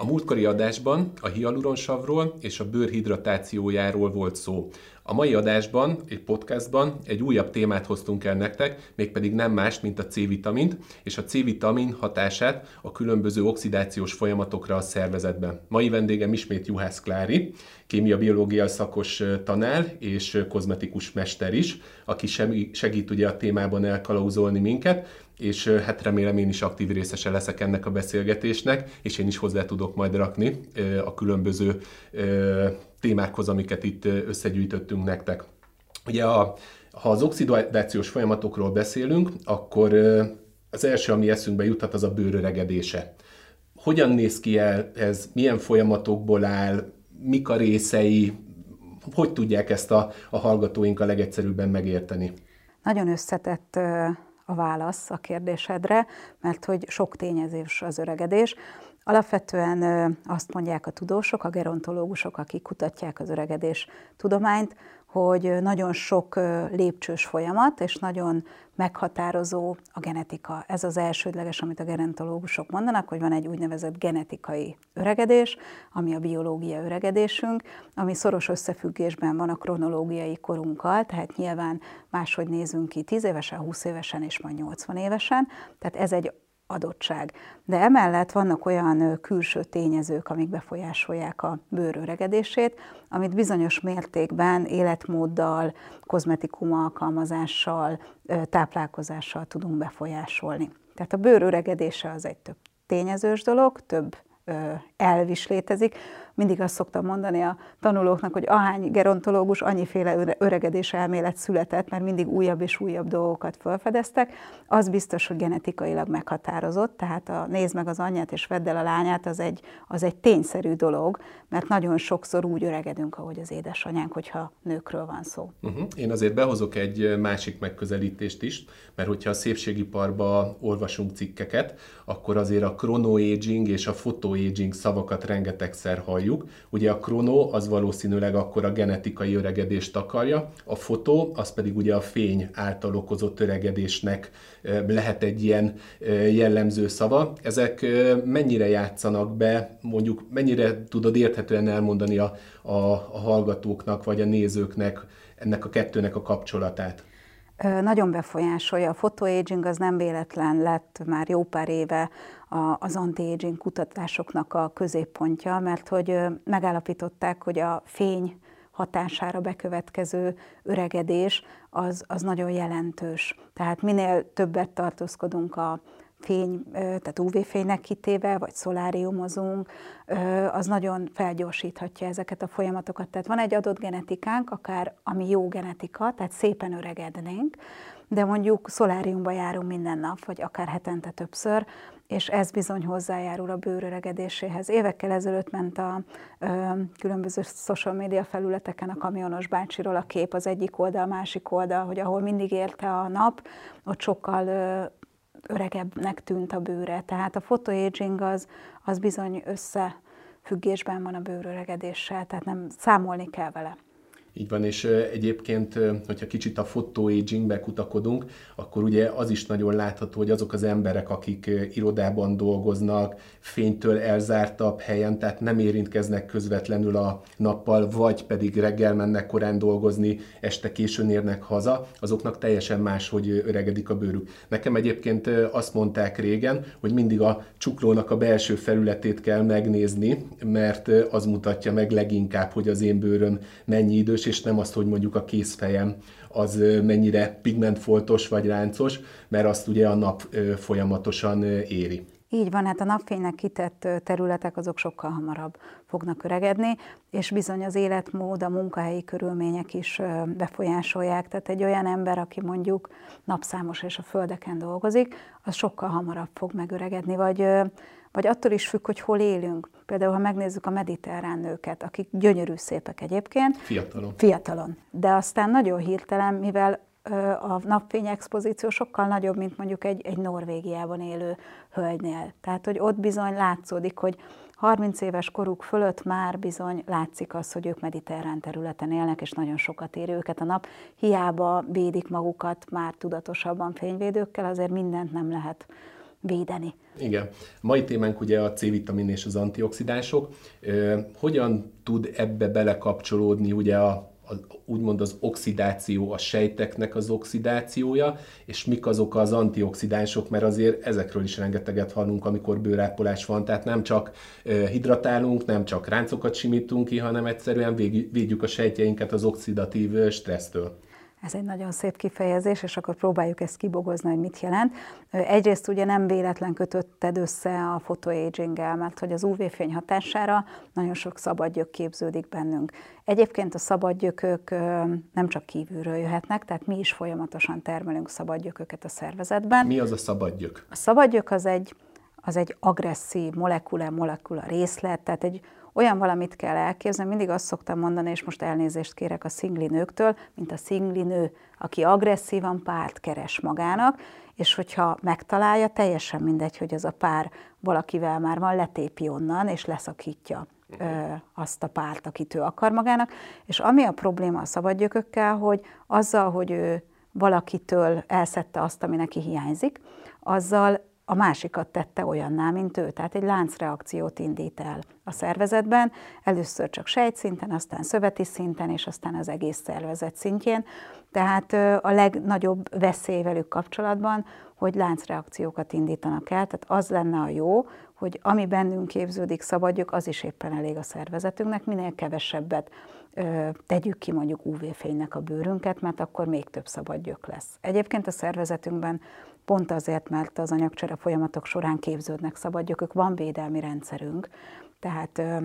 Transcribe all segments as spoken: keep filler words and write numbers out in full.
múltkori adásban a hialuronsavról és a bőr hidratációjáról volt szó. A mai adásban, egy podcastban egy újabb témát hoztunk el nektek, mégpedig nem más, mint a C-vitamint, és a C-vitamin hatását a különböző oxidációs folyamatokra a szervezetben. Mai vendégem ismét Juhász Klári, kémia-biológia szakos tanár és kozmetikus mester is, aki segít ugye a témában elkalauzolni minket, és hát remélem én is aktív részese leszek ennek a beszélgetésnek, és én is hozzá tudok majd rakni a különböző témákhoz, amiket itt összegyűjtöttünk nektek. Ugye a, ha az oxidációs folyamatokról beszélünk, akkor az első, ami eszünkbe juthat, az a bőr öregedése. Hogyan néz ki el ez, milyen folyamatokból áll, mik a részei, hogy tudják ezt a, a hallgatóink a legegyszerűbben megérteni? Nagyon összetett a válasz a kérdésedre, mert hogy sok tényezős az öregedés. Alapvetően azt mondják a tudósok, a gerontológusok, akik kutatják az öregedés tudományt, hogy nagyon sok lépcsős folyamat, és nagyon meghatározó a genetika. Ez az elsődleges, amit a gerontológusok mondanak, hogy van egy úgynevezett genetikai öregedés, ami a biológia öregedésünk, ami szoros összefüggésben van a kronológiai korunkkal, tehát nyilván máshogy nézünk ki tíz évesen, húsz évesen és majd nyolcvan évesen, tehát ez egy adottság. De emellett vannak olyan külső tényezők, amik befolyásolják a bőr öregedését, amit bizonyos mértékben életmóddal, kozmetikum alkalmazással, táplálkozással tudunk befolyásolni. Tehát a bőr öregedése az egy több tényezős dolog, több elv is létezik. Mindig azt szoktam mondani a tanulóknak, hogy ahány gerontológus, annyiféle öregedés elmélet született, mert mindig újabb és újabb dolgokat felfedeztek. Az biztos, hogy genetikailag meghatározott, tehát a nézd meg az anyját és vedd el a lányát, az egy, az egy tényszerű dolog, mert nagyon sokszor úgy öregedünk, ahogy az édesanyánk, hogyha nőkről van szó. Uh-huh. Én azért behozok egy másik megközelítést is, mert hogyha a szépségiparban olvasunk cikkeket, akkor azért a chronoaging és a photoaging szavakat rengetegszer halljuk. Ugye a krono az valószínűleg akkor a genetikai öregedést takarja, a fotó az pedig ugye a fény által okozott öregedésnek lehet egy ilyen jellemző szava. Ezek mennyire játszanak be, mondjuk mennyire tudod érthetően elmondani a, a, a hallgatóknak vagy a nézőknek ennek a kettőnek a kapcsolatát? Nagyon befolyásolja. A photoaging az nem véletlen lett már jó pár éve az anti-aging kutatásoknak a középpontja, mert hogy megállapították, hogy a fény hatására bekövetkező öregedés az, az nagyon jelentős. Tehát minél többet tartózkodunk a fény, tehát ú vé-fénynek kitéve, vagy szoláriumozunk, az nagyon felgyorsíthatja ezeket a folyamatokat. Tehát van egy adott genetikánk, akár ami jó genetika, tehát szépen öregednénk, de mondjuk szoláriumba járunk minden nap, vagy akár hetente többször, és ez bizony hozzájárul a bőr öregedéséhez. Évekkel ezelőtt ment a ö, különböző social media felületeken a kamionos bácsiról a kép, az egyik oldal, másik oldal, hogy ahol mindig érte a nap, ott sokkal ö, öregebbnek tűnt a bőre. Tehát a photoaging az, az bizony összefüggésben van a bőr öregedéssel, tehát nem számolni kell vele. Így van, és egyébként, hogyha kicsit a photoagingbe kutakodunk, akkor ugye az is nagyon látható, hogy azok az emberek, akik irodában dolgoznak, fénytől elzártabb helyen, tehát nem érintkeznek közvetlenül a nappal, vagy pedig reggel mennek korán dolgozni, este későn érnek haza, azoknak teljesen más, hogy öregedik a bőrük. Nekem egyébként azt mondták régen, hogy mindig a csuklónak a belső felületét kell megnézni, mert az mutatja meg leginkább, hogy az én bőröm mennyi idős, és nem azt, hogy mondjuk a kézfejem az mennyire pigmentfoltos vagy ráncos, mert azt ugye a nap folyamatosan éri. Így van, hát a napfénynek kitett területek azok sokkal hamarabb fognak öregedni, és bizony az életmód, a munkahelyi körülmények is befolyásolják. Tehát egy olyan ember, aki mondjuk napszámos és a földeken dolgozik, az sokkal hamarabb fog megöregedni, vagy, vagy attól is függ, hogy hol élünk. Például, ha megnézzük a mediterrán nőket, akik gyönyörű szépek egyébként. Fiatalon. Fiatalon. De aztán nagyon hirtelen, mivel a napfényexpozíció sokkal nagyobb, mint mondjuk egy, egy Norvégiában élő hölgynél. Tehát, hogy ott bizony látszódik, hogy harminc éves koruk fölött már bizony látszik az, hogy ők mediterrán területen élnek, és nagyon sokat ér őket a nap. Hiába védik magukat már tudatosabban fényvédőkkel, azért mindent nem lehet védeni. Igen. Mai témánk ugye a C-vitamin és az antioxidánsok. Hogyan tud ebbe belekapcsolódni ugye a Az, úgymond az oxidáció, a sejteknek az oxidációja, és mik azok az antioxidánsok, mert azért ezekről is rengeteget hallunk, amikor bőrápolás van, tehát nem csak hidratálunk, nem csak ráncokat simítunk ki, hanem egyszerűen védjük a sejtjeinket az oxidatív stressztől. Ez egy nagyon szép kifejezés, és akkor próbáljuk ezt kibogozni, hogy mit jelent. Egyrészt ugye nem véletlen kötötted össze a photoaging-gel, mert hogy az ú vé-fény hatására nagyon sok szabadgyök képződik bennünk. Egyébként a szabadgyökök nem csak kívülről jöhetnek, tehát mi is folyamatosan termelünk szabadgyököket a szervezetben. Mi az a szabadgyök? A szabadgyök az egy, az egy agresszív molekula-molekula részlet, tehát egy olyan valamit kell elképzelni, mindig azt szoktam mondani, és most elnézést kérek a szingli nőktől, mint a szingli nő, aki agresszívan párt keres magának, és hogyha megtalálja, teljesen mindegy, hogy az a pár valakivel már van, letépi onnan, és leszakítja ö, azt a párt, akit ő akar magának. És ami a probléma a szabadgyökökkel, hogy azzal, hogy ő valakitől elszedte azt, ami neki hiányzik, azzal a másikat tette olyanná, mint ő. Tehát egy láncreakciót indít el a szervezetben, először csak sejtszinten, aztán szöveti szinten, és aztán az egész szervezet szintjén. Tehát a legnagyobb veszély velük kapcsolatban, hogy láncreakciókat indítanak el, tehát az lenne a jó, hogy ami bennünk képződik szabadgyök, az is éppen elég a szervezetünknek, minél kevesebbet ö, tegyük ki mondjuk ú vé-fénynek a bőrünket, mert akkor még több szabadgyök lesz. Egyébként a szervezetünkben pont azért, mert az anyagcsere folyamatok során képződnek szabadgyökök, van védelmi rendszerünk, tehát ö,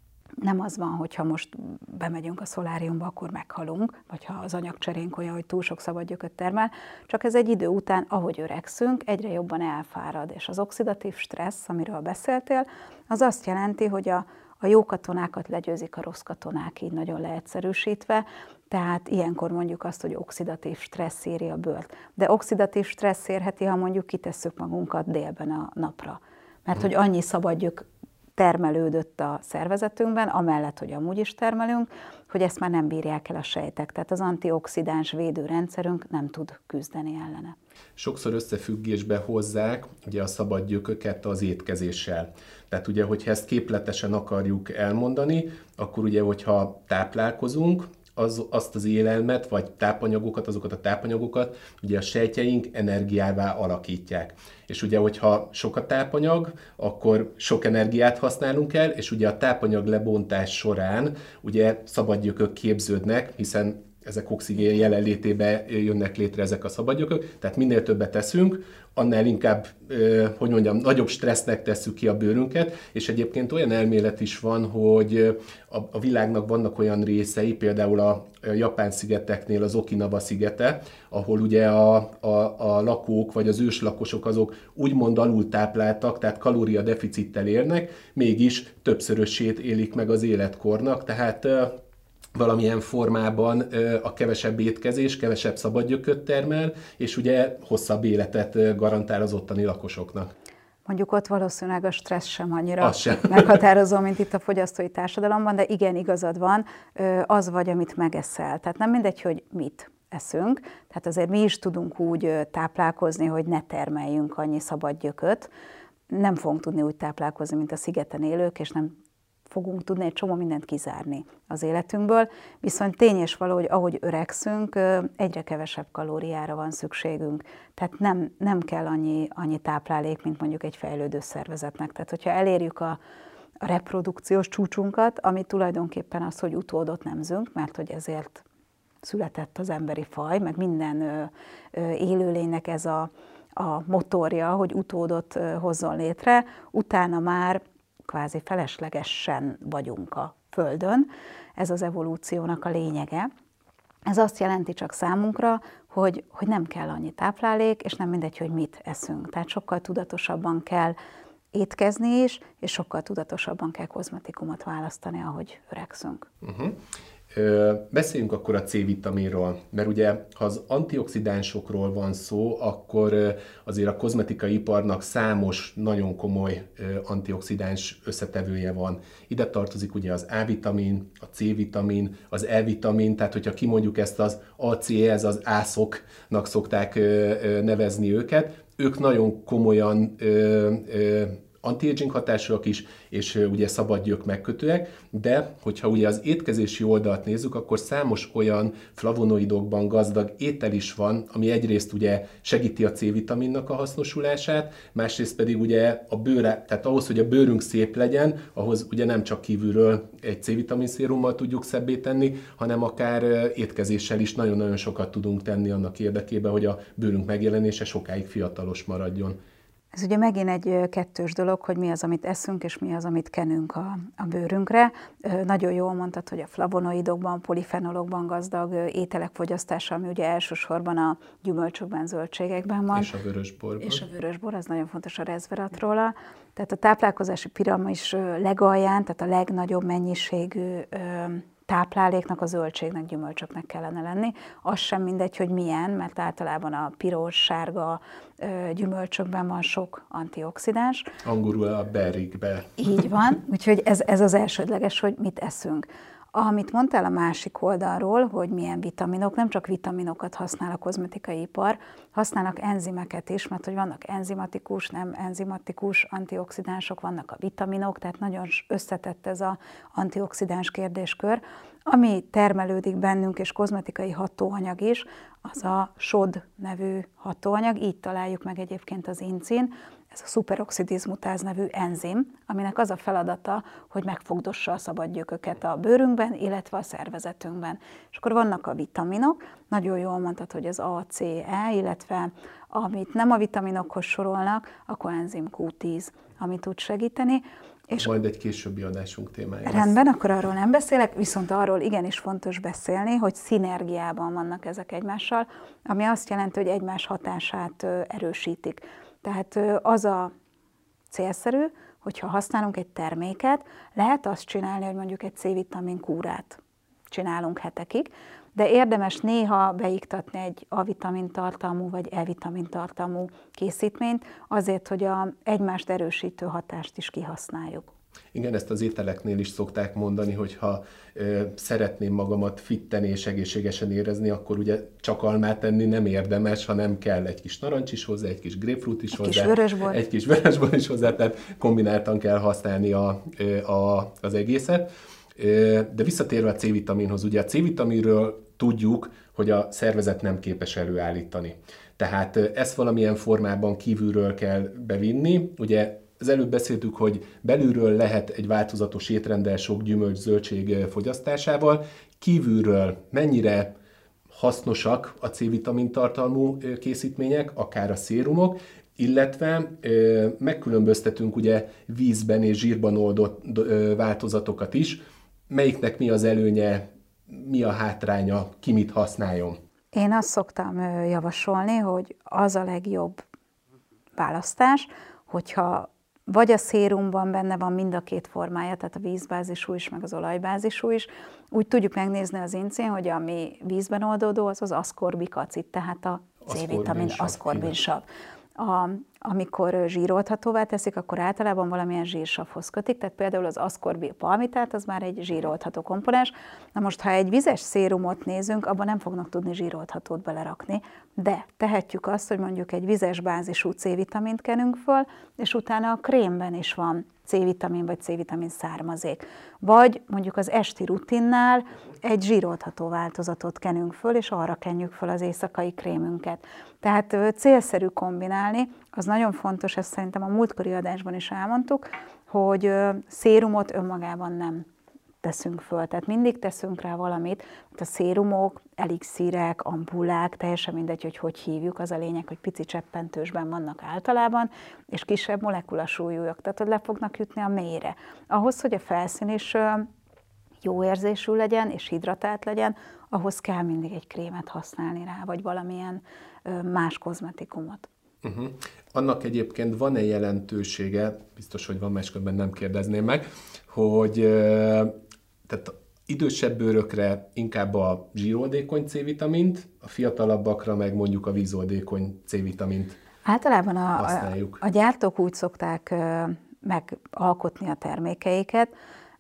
nem az van, hogyha most bemegyünk a szoláriumba, akkor meghalunk, vagy ha az anyagcserénk olyan, hogy túl sok szabadgyököt termel, csak ez egy idő után, ahogy öregszünk, egyre jobban elfárad, és az oxidatív stressz, amiről beszéltél, az azt jelenti, hogy a, a jó katonákat legyőzik a rossz katonák, így nagyon leegyszerűsítve, tehát ilyenkor mondjuk azt, hogy oxidatív stressz éri a bőrt. De oxidatív stressz érheti, ha mondjuk kitesszük magunkat délben a napra, mert hogy annyi szabadgyök termelődött a szervezetünkben, amellett, hogy amúgy is termelünk, hogy ezt már nem bírják el a sejtek. Tehát az antioxidáns védőrendszerünk nem tud küzdeni ellene. Sokszor összefüggésbe hozzák ugye a szabadgyököket az étkezéssel. Tehát ugye, hogyha ezt képletesen akarjuk elmondani, akkor ugye, hogyha táplálkozunk, az, azt az élelmet, vagy tápanyagokat, azokat a tápanyagokat ugye a sejtjeink energiává alakítják. És ugye, hogyha sok a tápanyag, akkor sok energiát használunk el, és ugye a tápanyag lebontás során ugye szabadgyökök képződnek, hiszen ezek oxigén jelenlétében jönnek létre ezek a szabadgyökök, tehát minél többet teszünk, annál inkább, hogy mondjam, nagyobb stressznek tesszük ki a bőrünket, és egyébként olyan elmélet is van, hogy a világnak vannak olyan részei, például a Japán-szigeteknél az Okinawa szigete, ahol ugye a, a, a lakók vagy az őslakosok azok úgymond alultápláltak, tehát kalóriadeficittel élnek, mégis többszörösét élik meg az életkornak, tehát valamilyen formában a kevesebb étkezés, kevesebb szabadgyököt termel, és ugye hosszabb életet garantál az ottani lakosoknak. Mondjuk ott valószínűleg a stressz sem annyira sem. meghatározó, mint itt a fogyasztói társadalomban, de igen, igazad van, az vagy, amit megeszel. Tehát nem mindegy, hogy mit eszünk, tehát azért mi is tudunk úgy táplálkozni, hogy ne termeljünk annyi szabadgyököt. Nem fogunk tudni úgy táplálkozni, mint a szigeten élők, és nem fogunk tudni egy csomó mindent kizárni az életünkből, viszont tény és való, hogy ahogy öregszünk, egyre kevesebb kalóriára van szükségünk. Tehát nem, nem kell annyi, annyi táplálék, mint mondjuk egy fejlődő szervezetnek. Tehát hogyha elérjük a, a reprodukciós csúcsunkat, ami tulajdonképpen az, hogy utódot nemzünk, mert hogy ezért született az emberi faj, meg minden ö, ö, élőlénynek ez a, a motorja, hogy utódot ö, hozzon létre, utána már kvázi feleslegesen vagyunk a Földön. Ez az evolúciónak a lényege. Ez azt jelenti csak számunkra, hogy, hogy nem kell annyi táplálék, és nem mindegy, hogy mit eszünk. Tehát sokkal tudatosabban kell étkezni is, és sokkal tudatosabban kell kozmetikumot választani, ahogy öregszünk. Uh-huh. Beszéljünk akkor a C-vitaminról, mert ugye ha az antioxidánsokról van szó, akkor azért a kozmetikai iparnak számos nagyon komoly antioxidáns összetevője van. Ide tartozik ugye az A-vitamin, a C-vitamin, az E-vitamin, tehát hogyha kimondjuk ezt az á cé é, ez az ászoknak szokták nevezni őket, ők nagyon komolyan ö, ö, anti-aging hatásúak is, és ugye szabadgyök megkötőek, de hogyha ugye az étkezési oldalt nézzük, akkor számos olyan flavonoidokban gazdag étel is van, ami egyrészt ugye segíti a C-vitaminnak a hasznosulását, másrészt pedig ugye a bőre, tehát ahhoz, hogy a bőrünk szép legyen, ahhoz ugye nem csak kívülről egy C-vitamin szérummal tudjuk szebbé tenni, hanem akár étkezéssel is nagyon-nagyon sokat tudunk tenni annak érdekében, hogy a bőrünk megjelenése sokáig fiatalos maradjon. Ez ugye megint egy kettős dolog, hogy mi az, amit eszünk, és mi az, amit kenünk a, a bőrünkre. Nagyon jól mondtad, hogy a flavonoidokban, polifenolokban gazdag ételek fogyasztása, ami ugye elsősorban a gyümölcsökben, zöldségekben van. És a vörösborban. És a vörösbor, az nagyon fontos a resveratrola. Tehát a táplálkozási piramis legalján, tehát a legnagyobb mennyiségű tápláléknak a zöldségnek, gyümölcsöknek kellene lenni. Az sem mindegy, hogy milyen, mert általában a piros, sárga gyümölcsökben van sok antioxidáns. Angolul a berrykbe. Így van, úgyhogy ez, ez az elsődleges, hogy mit eszünk. Amit mondtál a másik oldalról, hogy milyen vitaminok, nem csak vitaminokat használ a kozmetikai ipar, használnak enzimeket is, mert hogy vannak enzimatikus, nem enzimatikus antioxidánsok, vannak a vitaminok, tehát nagyon összetett ez az antioxidáns kérdéskör. Ami termelődik bennünk, és kozmetikai hatóanyag is, az a es o dé nevű hatóanyag, így találjuk meg egyébként az incin, ez a szuperoxidizmutáz nevű enzim, aminek az a feladata, hogy megfogdossa a szabadgyököket a bőrünkben, illetve a szervezetünkben. És akkor vannak a vitaminok, nagyon jól mondtad, hogy az A, C, E, illetve amit nem a vitaminokhoz sorolnak, a koenzim Q tíz, ami tud segíteni. És majd egy későbbi adásunk témája. Rendben, akkor arról nem beszélek, viszont arról igenis fontos beszélni, hogy szinergiában vannak ezek egymással, ami azt jelenti, hogy egymás hatását erősítik. Tehát az a célszerű, hogyha használunk egy terméket, lehet azt csinálni, hogy mondjuk egy C-vitamin kúrát csinálunk hetekig, de érdemes néha beiktatni egy A-vitamin tartalmú vagy E-vitamin tartalmú készítményt, azért, hogy a egymást erősítő hatást is kihasználjuk. Igen, ezt az ételeknél is szokták mondani, hogy ha ö, szeretném magamat fitten és egészségesen érezni, akkor ugye csak almát enni nem érdemes, hanem kell egy kis narancs is hozzá, egy kis grapefruit is egy hozzá, kis vörösbor. egy kis vörösbor is hozzá, tehát kombináltan kell használni a, a, az egészet. De visszatérve a C-vitaminhoz, ugye a C-vitaminről tudjuk, hogy a szervezet nem képes előállítani. Tehát ezt valamilyen formában kívülről kell bevinni. Ugye az előbb beszéltük, hogy belülről lehet egy változatos étrenddel sok gyümölcs, zöldség fogyasztásával, kívülről mennyire hasznosak a C-vitamin tartalmú készítmények, akár a szérumok, illetve ö, megkülönböztetünk ugye vízben és zsírban oldott ö, változatokat is. Melyiknek mi az előnye, mi a hátránya, ki mit használjon? Én azt szoktam javasolni, hogy az a legjobb választás, hogyha vagy a szérumban benne van mind a két formája, tehát a vízbázisú is, meg az olajbázisú is, úgy tudjuk megnézni az incén, hogy ami vízben oldódó, az az aszkorbic acid, tehát a C-vitamin, aszkorbinsav. A, amikor zsíroldhatóvá teszik, akkor általában valamilyen zsírsavhoz kötik, tehát például az aszkorbipalmitát, az már egy zsíroldható komponens. Na most, ha egy vizes szérumot nézünk, abban nem fognak tudni zsíroldhatót belerakni, de tehetjük azt, hogy mondjuk egy vizes bázisú C-vitamint kenünk föl, és utána a krémben is van C-vitamin vagy C-vitamin származék. Vagy mondjuk az esti rutinnál egy zsíroldható változatot kenünk föl, és arra kenjük föl az éjszakai krémünket. Tehát célszerű kombinálni, az nagyon fontos, ezt szerintem a múltkori adásban is elmondtuk, hogy szérumot önmagában nem teszünk föl. Tehát mindig teszünk rá valamit, mert a szérumok, elixírek, ampullák, teljesen mindegy, hogy hogy hívjuk, az a lényeg, hogy pici cseppentősben vannak általában, és kisebb molekulasúlyúak, tehát hogy le fognak jutni a mélyre. Ahhoz, hogy a felszín is jó érzésű legyen, és hidratált legyen, ahhoz kell mindig egy krémet használni rá, vagy valamilyen más kozmetikumot. Uh-huh. Annak egyébként van-e jelentősége, biztos, hogy van, máskülönben nem kérdezném meg, hogy tehát idősebb bőrökre inkább a zsíroldékony C-vitamint, a fiatalabbakra meg mondjuk a vízoldékony C-vitamint Általában a, használjuk. A, a gyártók úgy szokták megalkotni a termékeiket,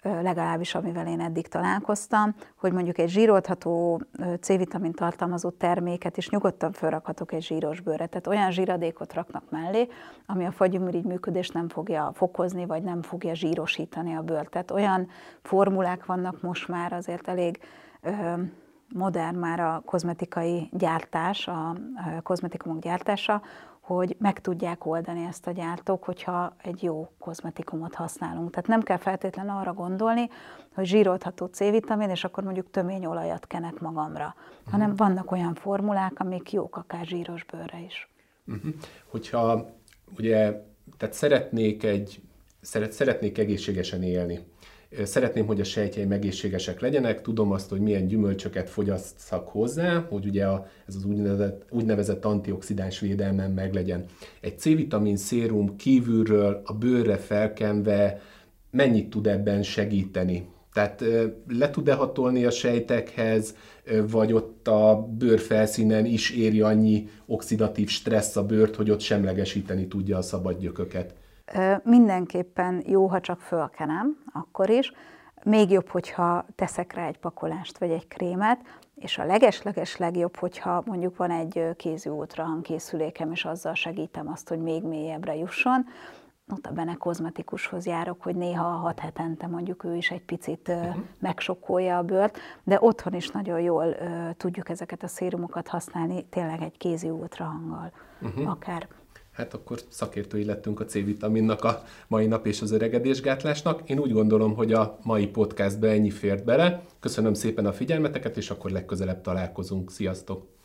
legalábbis amivel én eddig találkoztam, hogy mondjuk egy zsíroltható C-vitamin tartalmazó terméket is nyugodtan felrakhatok egy zsíros bőrre. Tehát olyan zsíradékot raknak mellé, ami a fagyümirigy működést nem fogja fokozni, vagy nem fogja zsírosítani a bőrt. Tehát olyan formulák vannak most már azért elég modern már a kozmetikai gyártás, a kozmetikumok gyártása, hogy meg tudják oldani ezt a gyártók, hogyha egy jó kozmetikumot használunk. Tehát nem kell feltétlenül arra gondolni, hogy zsíroltható C-vitamin, és akkor mondjuk töményolajat kenek magamra, uh-huh. hanem vannak olyan formulák, amik jók akár zsíros bőrre is. Uh-huh. Hogyha ugye, tehát szeretnék egy, szeret, szeretnék egészségesen élni, szeretném, hogy a sejtjeim egészségesek legyenek, tudom azt, hogy milyen gyümölcsöket fogyasszak hozzá, hogy ugye a, ez az úgynevezett, úgynevezett antioxidáns védelmem meglegyen. Egy C-vitamin szérum kívülről a bőrre felkenve mennyit tud ebben segíteni? Tehát le tud-e hatolni a sejtekhez, vagy ott a bőr felszínen is éri annyi oxidatív stressz a bőrt, hogy ott semlegesíteni tudja a szabad gyököket? Mindenképpen jó, ha csak fölkenem, akkor is. Még jobb, hogyha teszek rá egy pakolást vagy egy krémet, és a leges-leges legjobb, hogyha mondjuk van egy kézi ultrahangkészülékem, és azzal segítem azt, hogy még mélyebbre jusson. Notabene kozmetikushoz járok, hogy néha hat hetente mondjuk ő is egy picit uh-huh. megsokkolja a bőrt, de otthon is nagyon jól uh, tudjuk ezeket a szérumokat használni, tényleg egy kézi ultrahanggal uh-huh. akár. Hát akkor szakértői lettünk a C-vitaminnak a mai nap és az öregedésgátlásnak. Én úgy gondolom, hogy a mai podcastbe ennyi fért bele. Köszönöm szépen a figyelmeteket, és akkor legközelebb találkozunk. Sziasztok!